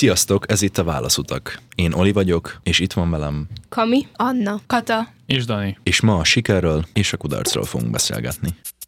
Sziasztok, ez itt a Válaszutak. Én Oli vagyok, és itt van velem Kami, Anna, Kata és Dani. És ma a sikerről és a kudarcról fogunk beszélgetni.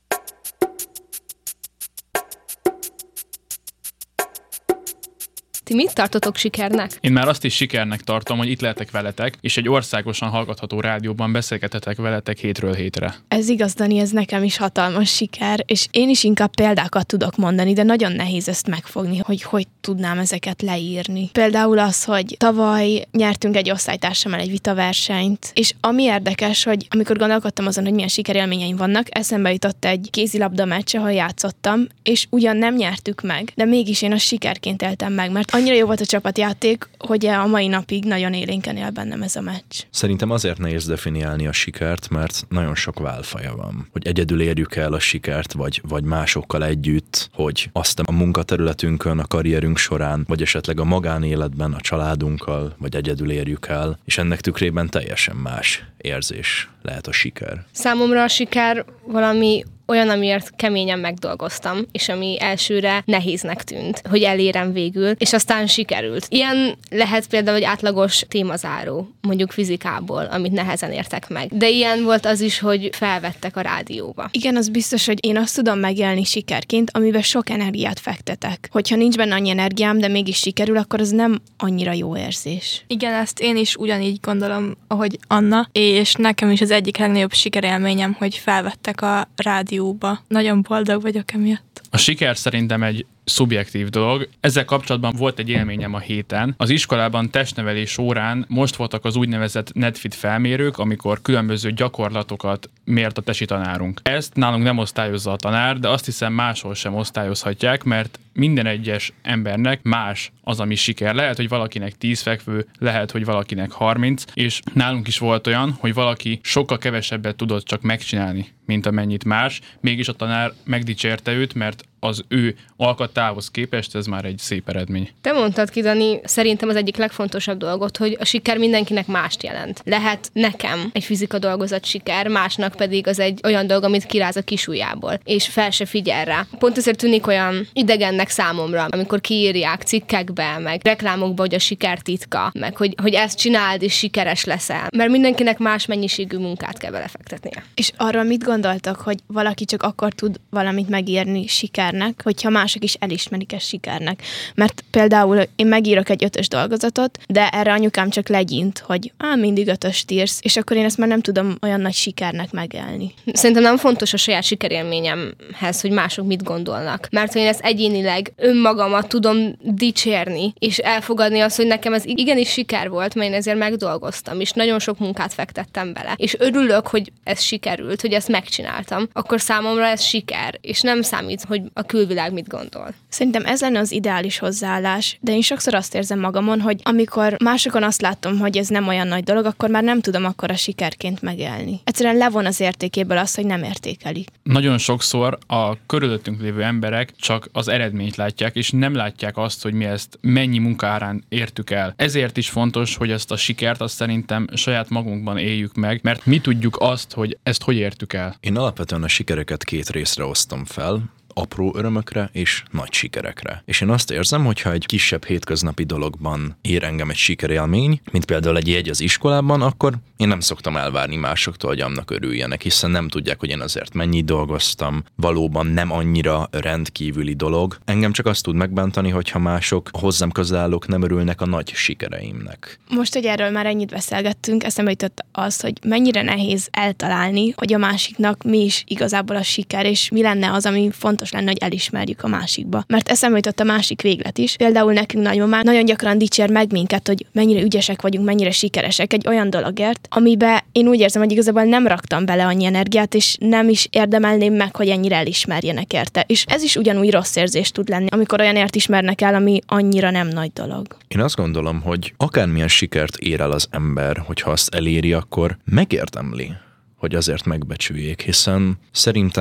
ti mit tartotok sikernek? Én már azt is sikernek tartom, hogy itt lehetek veletek, és egy országosan hallgatható rádióban beszélgethetek veletek hétről hétre. ez igaz, Dani, ez nekem is hatalmas siker, és én is inkább példákat tudok mondani, de nagyon nehéz ezt megfogni, hogy tudnám ezeket leírni. Például az, hogy tavaly nyertünk egy osztálytársammal egy vitaversenyt, és ami érdekes, hogy amikor gondolkodtam azon, hogy milyen sikerélményeim vannak, eszembe jutott egy kézilabda meccs, ahol játszottam, és ugyan nem nyertük meg, de mégis én azt sikerként éltem meg, mert annyira jó volt a csapatjáték, hogy a mai napig nagyon élénken él bennem ez a meccs. Szerintem azért nehéz definiálni a sikert, mert nagyon sok válfaja van. Hogy egyedül érjük el a sikert, vagy másokkal együtt, hogy azt a munkaterületünkön, a karrierünk során, vagy esetleg a magánéletben, a családunkkal, vagy egyedül érjük el, és ennek tükrében teljesen más érzés lehet a siker. Számomra a siker valami olyan, amiért keményen megdolgoztam, és ami elsőre nehéznek tűnt, hogy elérem végül, és aztán sikerült. Ilyen lehet például egy átlagos témazáró, mondjuk fizikából, amit nehezen értek meg. De ilyen volt az is, hogy felvettek a rádióba. Igen, az biztos, hogy én azt tudom megélni sikerként, amiben sok energiát fektetek. Hogyha nincs benne annyi energiám, de mégis sikerül, akkor az nem annyira jó érzés. Igen, ezt én is ugyanígy gondolom, ahogy Anna, és nekem is az egyik legnagyobb sikerélményem, hogy felvettek a rádióba. Nagyon boldog vagyok emiatt. A siker szerintem egy szubjektív dolog. Ezzel kapcsolatban volt egy élményem a héten. Az iskolában testnevelés órán most voltak az úgynevezett NetFit felmérők, amikor különböző gyakorlatokat mért a tesi tanárunk. Ezt nálunk nem osztályozza a tanár, de azt hiszem máshol sem osztályozhatják, mert minden egyes embernek más az, ami siker. Lehet, hogy valakinek 10 fekvő, lehet, hogy valakinek 30, és nálunk is volt olyan, hogy valaki sokkal kevesebbet tudott csak megcsinálni, mint amennyit más, mégis a tanár megdicsérte őt, mert az ő alkattához képest ez már egy szép eredmény. Te mondtad ki, Dani, szerintem az egyik legfontosabb dolgot, hogy a siker mindenkinek mást jelent. Lehet nekem egy fizika dolgozat siker, másnak pedig az egy olyan dolog, amit kiráz a kisujjából, és fel se figyel rá. Pont ezért tűnik olyan idegennek számomra, amikor kiírják cikkekbe, meg reklámokba, hogy a siker titka, meg hogy ezt csináld, és sikeres leszel. Mert mindenkinek más mennyiségű munkát kell belefektetnie. És arról mit gondoltak, hogy valaki csak akkor tud valamit megírni sikernek, hogyha mások is elismerik ezt sikernek. Mert például én megírok egy 5-ös dolgozatot, de erre anyukám csak legyint, hogy mindig 5-öst írsz, és akkor én ezt már nem tudom olyan nagy sikernek megélni. Szerintem nem fontos a saját sikerélményemhez, hogy mások mit gondolnak. Mert hogy én ezt egyénileg önmagamat tudom dicsérni, és elfogadni azt, hogy nekem ez igenis siker volt, mert én ezért megdolgoztam, és nagyon sok munkát fektettem bele. És örülök, hogy ez sikerült, hogy ezt megcsináltam. Akkor számomra ez siker, és nem számít, hogy a külvilág mit gondol. Szerintem ez lenne az ideális hozzáállás, de én sokszor azt érzem magamon, hogy amikor másokon azt látom, hogy ez nem olyan nagy dolog, akkor már nem tudom akkor a sikerként megélni. Egyszerűen levon az értékéből azt, hogy nem értékelik. Nagyon sokszor a körülöttünk lévő emberek csak az eredményt látják, és nem látják azt, hogy mi ezt mennyi munka árán értük el. Ezért is fontos, hogy ezt a sikert azt szerintem saját magunkban éljük meg, mert mi tudjuk azt, hogy ezt hogy értük el. Én alapvetően a sikereket 2 részre osztom fel, apró örömökre és nagy sikerekre. És én azt érzem, hogyha egy kisebb hétköznapi dologban ér engem egy sikerélmény, mint például egy jegy az iskolában, akkor én nem szoktam elvárni másoktól, hogy annak örüljenek, hiszen nem tudják, hogy én azért mennyit dolgoztam, valóban nem annyira rendkívüli dolog. Engem csak azt tud megbántani, hogyha mások, hozzám közel állók nem örülnek a nagy sikereimnek. Most, hogy erről már ennyit beszélgettünk, eszembe jutott az, hogy mennyire nehéz eltalálni, hogy a másiknak mi is igazából a siker, és mi lenne az, ami fontos lenne, hogy elismerjük a másikba. Mert eszembe jutott a másik véglet is. Például nekünk nagymamán nagyon gyakran dicsér meg minket, hogy mennyire ügyesek vagyunk, mennyire sikeresek egy olyan dologért, amibe én úgy érzem, hogy igazából nem raktam bele annyi energiát, és nem is érdemelném meg, hogy ennyire elismerjenek érte. És ez is ugyanúgy rossz érzés tud lenni, amikor olyanért ismernek el, ami annyira nem nagy dolog. Én azt gondolom, hogy akármilyen sikert ér el az ember, hogyha azt eléri, akkor megérdemli, hogy azért megbecsüljék, hiszen szerintem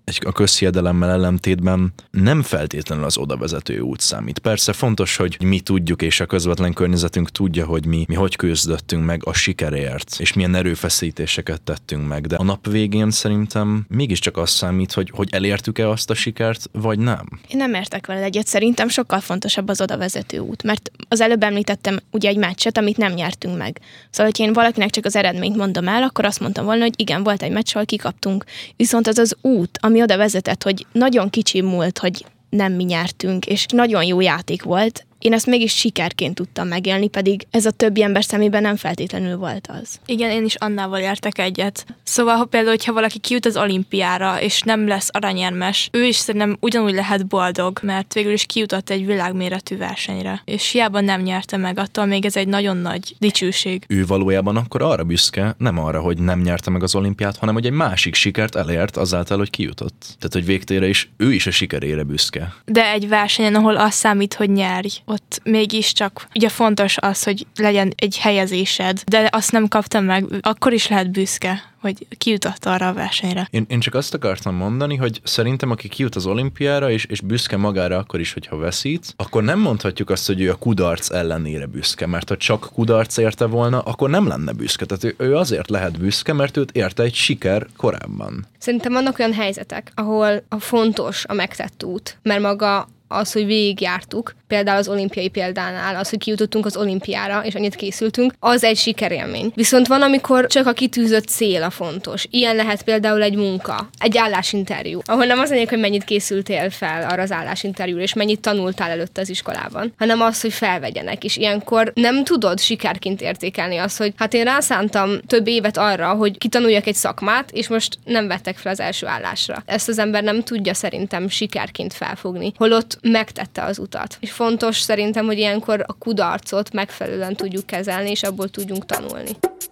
a közhiedelemmel ellentétben nem feltétlenül az odavezető út számít. Persze fontos, hogy mi tudjuk, és a közvetlen környezetünk tudja, hogy mi hogy küzdöttünk meg a sikerért, és milyen erőfeszítéseket tettünk meg, de a nap végén szerintem mégiscsak az számít, hogy elértük-e azt a sikert, vagy nem. Én nem értek vele egyet, szerintem sokkal fontosabb az odavezető út, mert az előbb említettem ugye egy meccset, amit nem nyertünk meg. Szóval, hogy én valakinek csak az eredményt mondom el, akkor azt mondtam volna, hogy igen, volt egy meccs, ahol kikaptunk. Viszont az az út, ami oda vezetett, hogy nagyon kicsi múlt, hogy nem mi nyertünk, és nagyon jó játék volt, én ezt mégis sikerként tudtam megélni, pedig ez a többi ember szemében nem feltétlenül volt az. Igen, én is Annával értek egyet. Szóval, ha például, hogyha valaki kijut az olimpiára, és nem lesz aranyérmes, ő is szerintem ugyanúgy lehet boldog, mert végül is kijutott egy világméretű versenyre. És hiába nem nyerte meg, attól még ez egy nagyon nagy dicsőség. Ő valójában akkor arra büszke, nem arra, hogy nem nyerte meg az olimpiát, hanem hogy egy másik sikert elért azáltal, hogy kijutott. Tehát, hogy végtére is ő is a sikerére büszke. De egy versenyen, ahol az számít, hogy nyerj, ott mégiscsak ugye fontos az, hogy legyen egy helyezésed, de azt nem kaptam meg, akkor is lehet büszke, hogy kijutott arra a versenyre. Én csak azt akartam mondani, hogy szerintem aki kijut az olimpiára, és büszke magára akkor is, hogyha veszít, akkor nem mondhatjuk azt, hogy ő a kudarc ellenére büszke, mert ha csak kudarc érte volna, akkor nem lenne büszke. Tehát ő azért lehet büszke, mert őt érte egy siker korábban. Szerintem vannak olyan helyzetek, ahol a fontos a megtett út, mert maga az, hogy végigjártuk, például az olimpiai példánál, az, hogy kijutottunk az olimpiára, és annyit készültünk, az egy sikerélmény. Viszont van, amikor csak a kitűzött cél a fontos. Ilyen lehet például egy munka, egy állásinterjú, ahol nem az lényeg, hogy mennyit készültél fel arra az állásinterjúra, és mennyit tanultál előtte az iskolában, hanem az, hogy felvegyenek. És ilyenkor nem tudod sikerként értékelni azt, hogy hát én rászántam több évet arra, hogy kitanuljak egy szakmát, és most nem vettek fel az első állásra. Ezt az ember nem tudja szerintem sikerként felfogni, holott megtette az utat. És fontos szerintem, hogy ilyenkor a kudarcot megfelelően tudjuk kezelni, és abból tudjunk tanulni.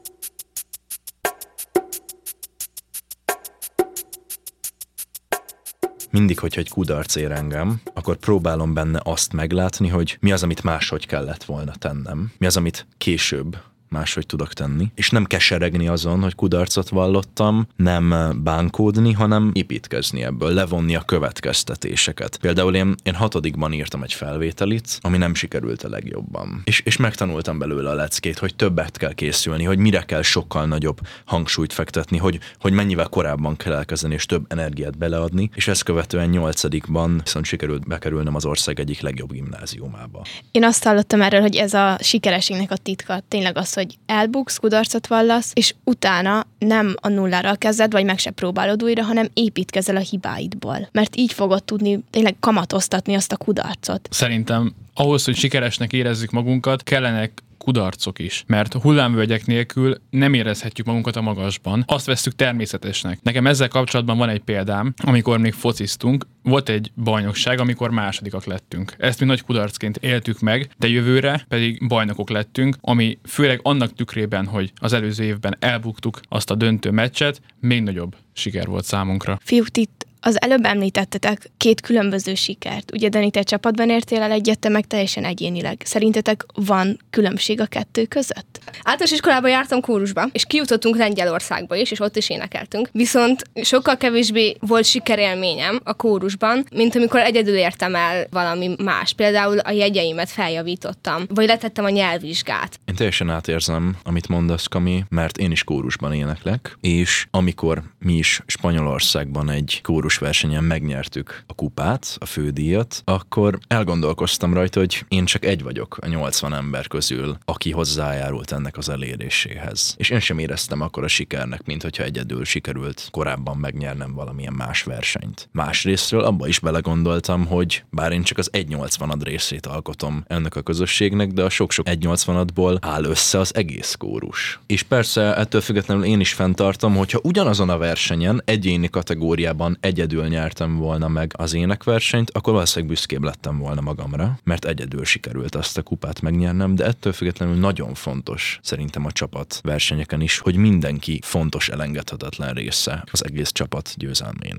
Mindig, hogyha egy kudarc ér engem, akkor próbálom benne azt meglátni, hogy mi az, amit máshogy kellett volna tennem. Mi az, amit később máshogy tudok tenni. És nem keseregni azon, hogy kudarcot vallottam, nem bánkódni, hanem építkezni ebből, levonni a következtetéseket. Például én 6-ban írtam egy felvételit, ami nem sikerült a legjobban. És megtanultam belőle a leckét, hogy többet kell készülni, hogy mire kell sokkal nagyobb hangsúlyt fektetni, hogy mennyivel korábban kell elkezdeni, és több energiát beleadni, és ezt követően 8-ban viszont sikerült bekerülnem az ország egyik legjobb gimnáziumába. Én azt hallottam erről, hogy ez a sikerességnek a titka tényleg az, hogy elbuksz, kudarcot vallasz, és utána nem a nulláról kezded, vagy meg se próbálod újra, hanem építkezel a hibáidból. Mert így fogod tudni tényleg kamatoztatni azt a kudarcot. Szerintem ahhoz, hogy sikeresnek érezzük magunkat, kellenek kudarcok is, mert hullámvölgyek nélkül nem érezhetjük magunkat a magasban. Azt vesszük természetesnek. Nekem ezzel kapcsolatban van egy példám, amikor még fociztunk, volt egy bajnokság, amikor másodikak lettünk. Ezt mi nagy kudarcként éltük meg, de jövőre pedig bajnokok lettünk, ami főleg annak tükrében, hogy az előző évben elbuktuk azt a döntő meccset, még nagyobb siker volt számunkra. Fiúk, itt az előbb említettetek 2 különböző sikert. Ugye, Dani, te csapatban értél el egyet, te meg teljesen egyénileg. Szerintetek van különbség a 2 között? Általános iskolában jártam kórusba, és kijutottunk Lengyelországba is, és ott is énekeltünk. Viszont sokkal kevésbé volt sikerélményem a kórusban, mint amikor egyedül értem el valami más. Például a jegyeimet feljavítottam, vagy letettem a nyelvvizsgát. Én teljesen átérzem, amit mondasz, Kami, mert én is kórusban éneklek, és amikor mi is Spanyolországban egy kórusversenyen megnyertük a kupát, a fődíjat, akkor elgondolkoztam rajta, hogy én csak egy vagyok a 80 ember közül, aki hozzájárult ennek az eléréséhez. És én sem éreztem akkor a sikernek, mint hogyha egyedül sikerült korábban megnyernem valamilyen más versenyt. Másrésztről abba is belegondoltam, hogy bár én csak az 1/80 részét alkotom ennek a közösségnek, de a sok-sok 1/80-ból áll össze az egész kórus. És persze ettől függetlenül én is fenntartom, hogyha ugyanazon a versenyen, egyéni kategóriában egyedül nyertem volna meg az énekversenyt, akkor valószínűleg büszkébb lettem volna magamra, mert egyedül sikerült azt a kupát megnyernem, de ettől függetlenül nagyon fontos szerintem a csapat versenyeken is, hogy mindenki fontos, elengedhetetlen része az egész csapat győzelmének.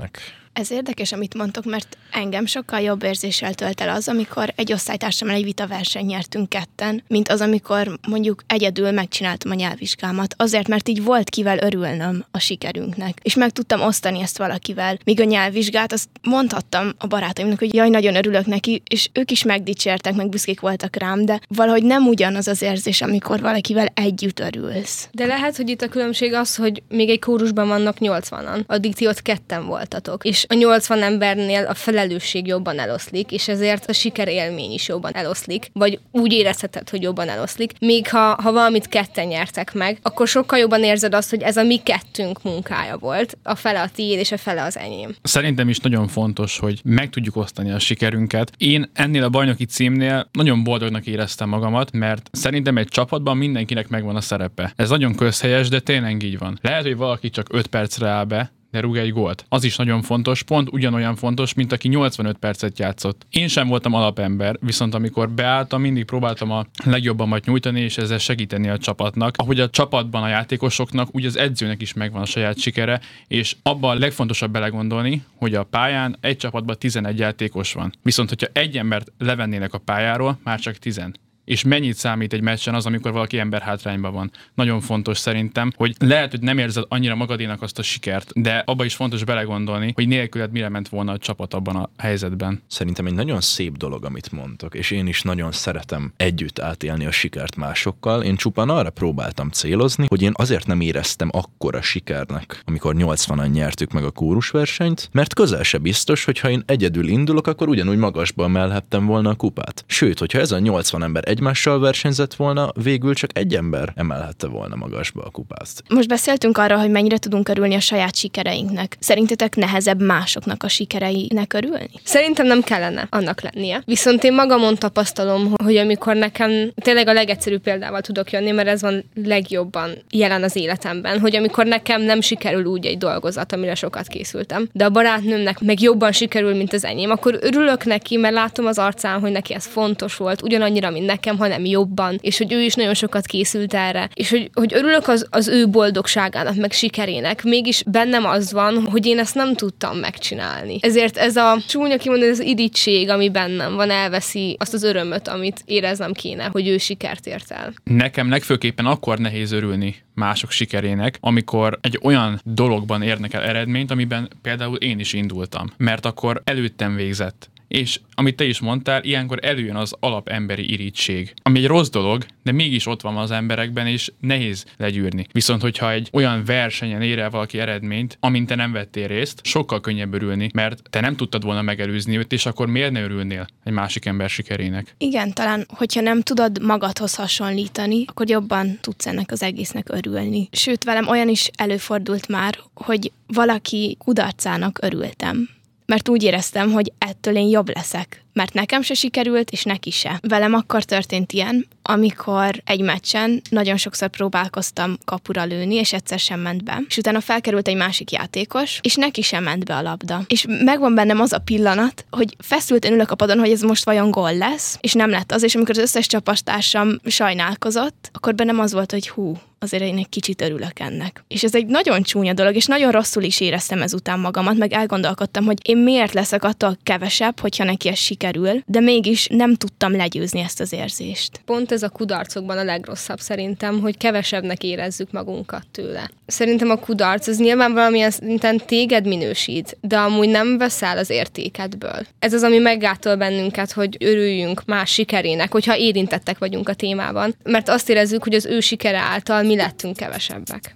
Ez érdekes, amit mondtok, mert engem sokkal jobb érzéssel tölt el az, amikor egy osztálytársammal egy vitaversenyt nyertünk ketten, mint az, amikor mondjuk egyedül megcsináltam a nyelvvizsgámat. Azért, mert így volt kivel örülnöm a sikerünknek. És meg tudtam osztani ezt valakivel. Míg a nyelvvizsgát, azt mondhattam a barátaimnak, hogy jaj, nagyon örülök neki, és ők is megdicsértek, meg büszkék voltak rám, de valahogy nem ugyanaz az érzés, amikor valakivel együtt örülsz. De lehet, hogy itt a különbség az, hogy még egy kórusban vannak 80-an, addig ti ott ketten voltatok, és a 80 embernél a felelősség jobban eloszlik, és ezért a sikerélmény is jobban eloszlik, vagy úgy érezheted, hogy jobban eloszlik. Még ha valamit ketten nyertek meg, akkor sokkal jobban érzed azt, hogy ez a mi kettőnk munkája volt, a fele a tiéd, és a fele az enyém. Szerintem is nagyon fontos, hogy meg tudjuk osztani a sikerünket. Én ennél a bajnoki címnél nagyon boldognak éreztem magamat, mert szerintem egy csapatban mindenkinek megvan a szerepe. Ez nagyon közhelyes, de tényleg így van. Lehet, hogy valaki csak 5 percre áll be, de rúg egy gólt. Az is nagyon fontos, pont ugyanolyan fontos, mint aki 85 percet játszott. Én sem voltam alapember, viszont amikor beálltam, mindig próbáltam a legjobbamat nyújtani, és ezzel segíteni a csapatnak. Ahogy a csapatban a játékosoknak, úgy az edzőnek is megvan a saját sikere, és abban a legfontosabb belegondolni, hogy a pályán egy csapatban 11 játékos van. Viszont, hogyha egy embert levennének a pályáról, már csak 10. És mennyit számít egy meccsen az, amikor valaki ember hátrányban van. Nagyon fontos szerintem, hogy lehet, hogy nem érzed annyira magadénak azt a sikert, de abba is fontos belegondolni, hogy nélküled mire ment volna a csapat abban a helyzetben. Szerintem egy nagyon szép dolog, amit mondtok, és én is nagyon szeretem együtt átélni a sikert másokkal. Én csupán arra próbáltam célozni, hogy én azért nem éreztem akkora sikernek, amikor 80-an nyertük meg a kórusversenyt, mert közel se biztos, hogy ha én egyedül indulok, akkor ugyanúgy magasba emelhettem volna a kupát. Sőt, hogyha ez a 80 ember egymással versenyzett volna, végül csak egy ember emelhette volna magasba a kupát. Most beszéltünk arról, hogy mennyire tudunk örülni a saját sikereinknek. Szerintetek nehezebb másoknak a sikereinek örülni? Szerintem nem kellene annak lennie. Viszont én magamon tapasztalom, hogy amikor nekem tényleg a legegyszerűbb példával tudok jönni, mert ez van legjobban jelen az életemben, hogy amikor nekem nem sikerül úgy egy dolgozat, amire sokat készültem, de a barátnőmnek meg jobban sikerül, mint az enyém, akkor örülök neki, mert látom az arcán, hogy neki ez fontos volt, ugyanannyira, mint nekem, hanem jobban, és hogy ő is nagyon sokat készült erre, és hogy örülök az ő boldogságának, meg sikerének, mégis bennem az van, hogy én ezt nem tudtam megcsinálni. Ezért ez a csúnya kimondani, az irigység, ami bennem van, elveszi azt az örömöt, amit éreznem kéne, hogy ő sikert ért el. Nekem legfőképpen akkor nehéz örülni mások sikerének, amikor egy olyan dologban érnek el eredményt, amiben például én is indultam, mert akkor előttem végzett. És amit te is mondtál, ilyenkor előjön az alapemberi irigység, ami egy rossz dolog, de mégis ott van az emberekben, és nehéz legyűrni. Viszont, hogyha egy olyan versenyen ér el valaki eredményt, amin te nem vettél részt, sokkal könnyebb örülni, mert te nem tudtad volna megelőzni őt, és akkor miért ne örülnél egy másik ember sikerének? Igen, talán, hogyha nem tudod magadhoz hasonlítani, akkor jobban tudsz ennek az egésznek örülni. Sőt, velem olyan is előfordult már, hogy valaki kudarcának örültem. Mert úgy éreztem, hogy ettől én jobb leszek. Mert nekem se sikerült, és neki se. Velem akkor történt ilyen, amikor egy meccsen nagyon sokszor próbálkoztam kapura lőni, és egyszer sem ment be. És utána felkerült egy másik játékos, és neki sem ment be a labda. És megvan bennem az a pillanat, hogy feszülten ülök a padon, hogy ez most vajon gól lesz, és nem lett az, és amikor az összes csapattársam sajnálkozott, akkor bennem az volt, hogy azért én egy kicsit örülök ennek. És ez egy nagyon csúnya dolog, és nagyon rosszul is éreztem ezután magamat, meg elgondolkodtam, hogy én miért leszek attól kevesebb, hogyha neki ez sikerül, de mégis nem tudtam legyőzni ezt az érzést. Pont ez a kudarcokban a legrosszabb szerintem, hogy kevesebbnek érezzük magunkat tőle. Szerintem a kudarc az nyilván valamilyen szinten téged minősít, de amúgy nem vesz el az értékedből. Ez az, ami meggátol bennünket, hogy örüljünk más sikerének, hogyha érintettek vagyunk a témában, mert azt érezzük, hogy az ő sikere által mi lettünk kevesebbek.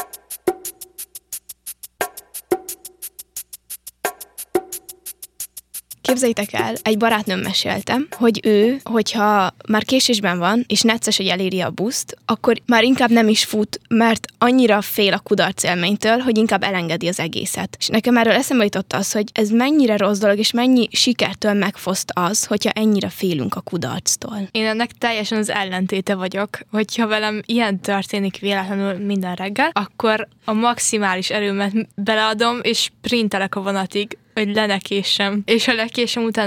Képzeljétek el, egy barátnőm mesélte, hogy ő, hogyha már késésben van, és necces, hogy eléri a buszt, akkor már inkább nem is fut, mert annyira fél a kudarc élménytől, hogy inkább elengedi az egészet. És nekem erről eszembe jutott az, hogy ez mennyire rossz dolog, és mennyi sikertől megfoszt az, hogyha ennyire félünk a kudarctól. Én ennek teljesen az ellentéte vagyok, hogyha velem ilyen történik véletlenül minden reggel, akkor a maximális erőmet beleadom, és sprintelek a vonatig, hogy lenekésem. És ha lekésem, utána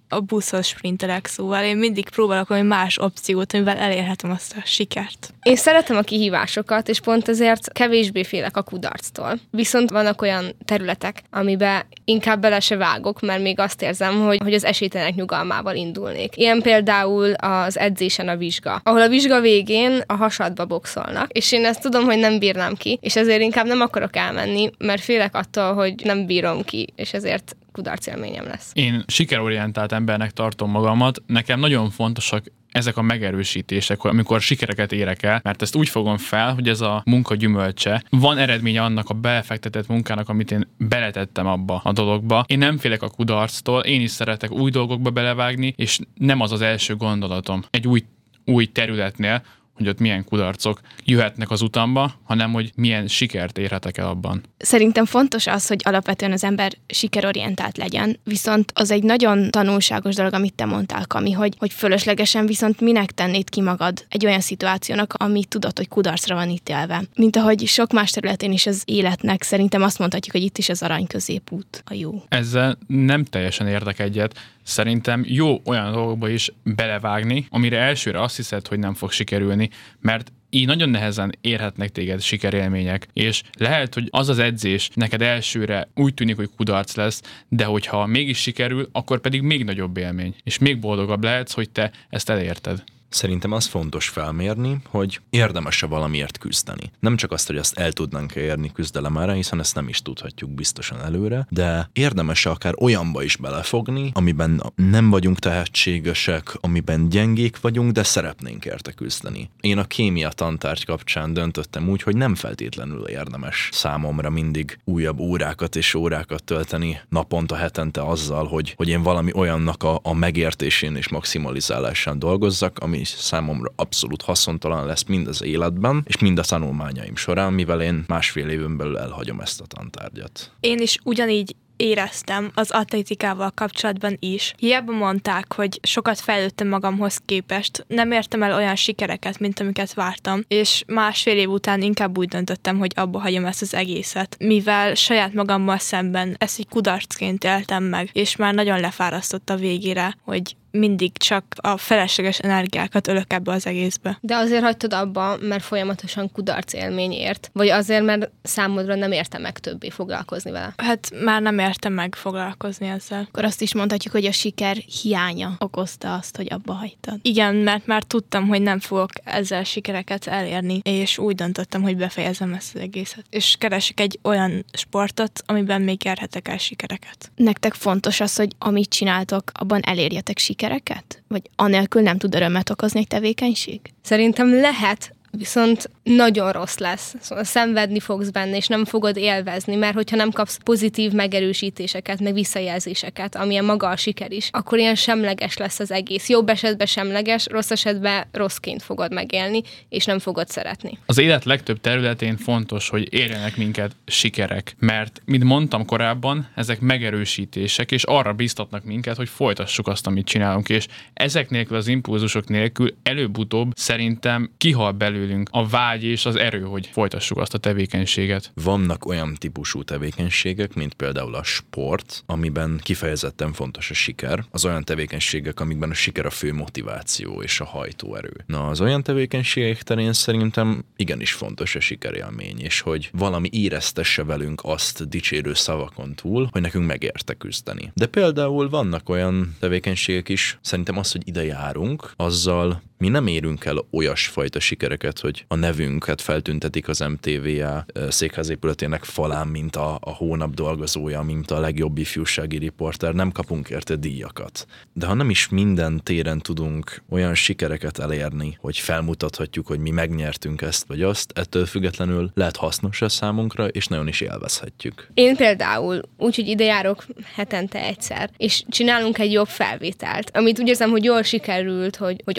a buszhoz sprintelek, szóval én mindig próbálok valami más opciót, amivel elérhetem azt a sikert. Én szeretem a kihívásokat, és pont ezért kevésbé félek a kudarctól. Viszont vannak olyan területek, amiben inkább bele se vágok, mert még azt érzem, hogy az esélytelenek nyugalmával indulnék. Ilyen például az edzésen a vizsga, ahol a vizsga végén a hasadba boxolnak, és én ezt tudom, hogy nem bírnám ki, és ezért inkább nem akarok elmenni, mert félek attól, hogy nem bírom ki, és ezért kudarcélményem lesz. Én sikerorientált embernek tartom magamat, nekem nagyon fontosak ezek a megerősítések, amikor sikereket érek el, mert ezt úgy fogom fel, hogy ez a munka gyümölcse. Van eredménye annak a belefektetett munkának, amit én beletettem abba a dologba. Én nem félek a kudarctól, én is szeretek új dolgokba belevágni, és nem az első gondolatom egy új területnél, hogy ott milyen kudarcok jöhetnek az utamba, hanem hogy milyen sikert érhetek el abban. Szerintem fontos az, hogy alapvetően az ember sikerorientált legyen, viszont az egy nagyon tanulságos dolog, amit te mondtál, Kami, hogy fölöslegesen viszont minek tennéd ki magad egy olyan szituációnak, ami tudod, hogy kudarcra van ítélve. Mint ahogy sok más területén is az életnek, szerintem azt mondhatjuk, hogy itt is az arany középút a jó. Ezzel nem teljesen értek egyet. Szerintem jó olyan dolgokba is belevágni, amire elsőre azt hiszed, hogy nem fog sikerülni, mert így nagyon nehezen érhetnek téged sikerélmények, és lehet, hogy az az edzés neked elsőre úgy tűnik, hogy kudarc lesz, de hogyha mégis sikerül, akkor pedig még nagyobb élmény, és még boldogabb lehetsz, hogy te ezt elérted. Szerintem az fontos felmérni, hogy érdemes-e valamiért küzdeni. Nem csak azt, hogy azt el tudnánk érni küzdelemre, hiszen ezt nem is tudhatjuk biztosan előre, de érdemes-e akár olyanba is belefogni, amiben nem vagyunk tehetségesek, amiben gyengék vagyunk, de szeretnénk érte küzdeni. Én a kémia tantárgy kapcsán döntöttem úgy, hogy nem feltétlenül érdemes számomra mindig újabb órákat és órákat tölteni naponta, hetente azzal, hogy én valami olyannak a megértésén és maximalizálásán dolgozzak, ami számomra abszolút haszontalan lesz mind az életben, és mind a tanulmányaim során, mivel én másfél éven belül elhagyom ezt a tantárgyat. Én is ugyanígy éreztem az atlétikával kapcsolatban is. Hiába mondták, hogy sokat fejlődtem magamhoz képest, nem értem el olyan sikereket, mint amiket vártam, és másfél év után inkább úgy döntöttem, hogy abba hagyom ezt az egészet, mivel saját magammal szemben ezt egy kudarcként éltem meg, és már nagyon lefárasztott a végére, hogy mindig csak a felesleges energiákat ölök ebbe az egészbe. De azért hagytad abba, mert folyamatosan kudarc élmény ért? Vagy azért, mert számodra nem érte meg többé foglalkozni vele? Hát már nem értem meg foglalkozni ezzel. Akkor azt is mondhatjuk, hogy a siker hiánya okozta azt, hogy abba hagytad. Igen, mert már tudtam, hogy nem fogok ezzel sikereket elérni, és úgy döntöttem, hogy befejezem ezt az egészet. És keresek egy olyan sportot, amiben még érhetek el sikereket. Nektek fontos az, hogy amit csináltok, abban elérjetek sikereket? Vagy anélkül nem tud örömet okozni egy tevékenység? Szerintem lehet, viszont nagyon rossz lesz. Szóval szenvedni fogsz benne, és nem fogod élvezni, mert hogyha nem kapsz pozitív megerősítéseket, meg visszajelzéseket, amilyen maga a siker is, akkor ilyen semleges lesz az egész. Jobb esetben semleges, rossz esetben rosszként fogod megélni, és nem fogod szeretni. Az élet legtöbb területén fontos, hogy érjenek minket sikerek, mert, mint mondtam korábban, ezek megerősítések, és arra biztatnak minket, hogy folytassuk azt, amit csinálunk, és ezek nélkül, az impulzusok nélkül előbb-utóbb szerintem kihal belőlünk a vágy és az erő, hogy folytassuk azt a tevékenységet. Vannak olyan típusú tevékenységek, mint például a sport, amiben kifejezetten fontos a siker. Az olyan tevékenységek, amikben a siker a fő motiváció és a hajtóerő. Na, az olyan tevékenységek terén szerintem igenis fontos a sikerélmény, és hogy valami éreztesse velünk azt dicsérő szavakon túl, hogy nekünk megérte küzdeni. De például vannak olyan tevékenységek is, szerintem az, hogy ide járunk, azzal mi nem érünk el olyasfajta sikereket, hogy a nevünket feltüntetik az MTVA székházépületének falán, mint a hónap dolgozója, mint a legjobb ifjúsági riporter, nem kapunk érte díjakat. De ha nem is minden téren tudunk olyan sikereket elérni, hogy felmutathatjuk, hogy mi megnyertünk ezt vagy azt, ettől függetlenül lehet hasznos a számunkra, és nagyon is élvezhetjük. Én például úgyhogy ide járok hetente egyszer, és csinálunk egy jobb felvételt, amit úgy érzem, hogy jól sikerült, hogy okos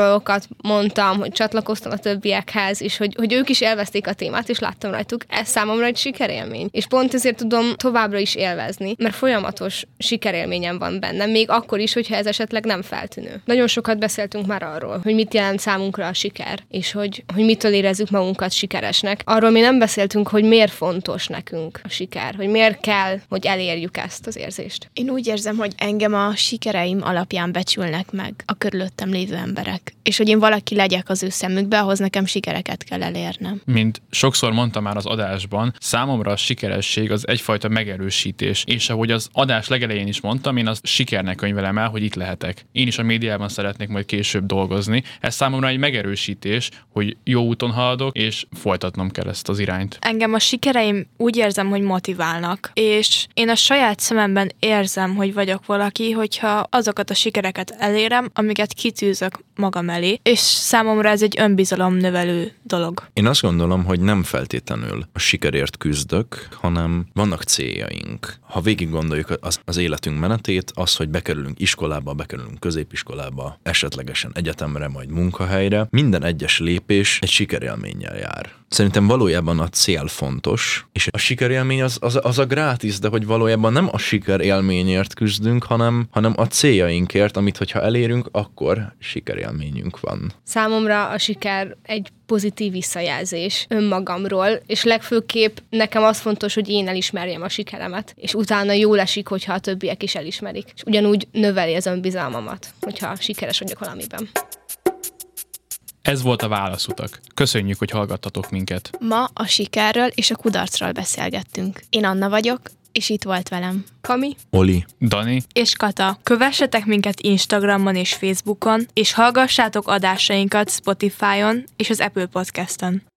dolgokat mondtam, hogy csatlakoztam a többiekhez, és hogy ők is élvezték a témát, és láttam rajtuk, ez számomra egy sikerélmény. És pont ezért tudom továbbra is élvezni, mert folyamatos sikerélményem van bennem, még akkor is, hogyha ez esetleg nem feltűnő. Nagyon sokat beszéltünk már arról, hogy mit jelent számunkra a siker, és hogy mitől érezzük magunkat sikeresnek. Arról mi nem beszéltünk, hogy miért fontos nekünk a siker, hogy miért kell, hogy elérjük ezt az érzést. Én úgy érzem, hogy engem a sikereim alapján becsülnek meg a körülöttem lévő emberek. És hogy én valaki legyek az ő szemükbe, ahhoz nekem sikereket kell elérnem. Mint sokszor mondtam már az adásban, számomra a sikeresség az egyfajta megerősítés, és ahogy az adás legelején is mondtam, én azt sikernek könyvelem el, hogy itt lehetek. Én is a médiában szeretnék majd később dolgozni. Ez számomra egy megerősítés, hogy jó úton haladok, és folytatnom kell ezt az irányt. Engem a sikereim úgy érzem, hogy motiválnak, és én a saját szememben érzem, hogy vagyok valaki, hogyha azokat a sikereket elérem, amiket kitűzök magam elé, és számomra ez egy önbizalomnövelő dolog. Én azt gondolom, hogy nem feltétlenül a sikerért küzdök, hanem vannak céljaink. Ha végig gondoljuk az életünk menetét, az, hogy bekerülünk iskolába, bekerülünk középiskolába, esetlegesen egyetemre, majd munkahelyre, minden egyes lépés egy sikerélménnyel jár. Szerintem valójában a cél fontos, és a sikerélmény az a grátis, de hogy valójában nem a sikerélményért küzdünk, hanem a céljainkért, amit hogyha elérünk, akkor sikerélményünk van. Számomra a siker egy pozitív visszajelzés önmagamról, és legfőképp nekem az fontos, hogy én elismerjem a sikeremet, és utána jól esik, hogyha a többiek is elismerik. És ugyanúgy növeli az önbizalmamat, hogyha sikeres vagyok valamiben. Ez volt a Válaszutak. Köszönjük, hogy hallgattatok minket. Ma a sikerről és a kudarcról beszélgettünk. Én Anna vagyok, és itt volt velem Kami, Oli, Dani És Kata, kövessetek minket Instagramon és Facebookon, és hallgassátok adásainkat Spotify-on és az Apple Podcast-on.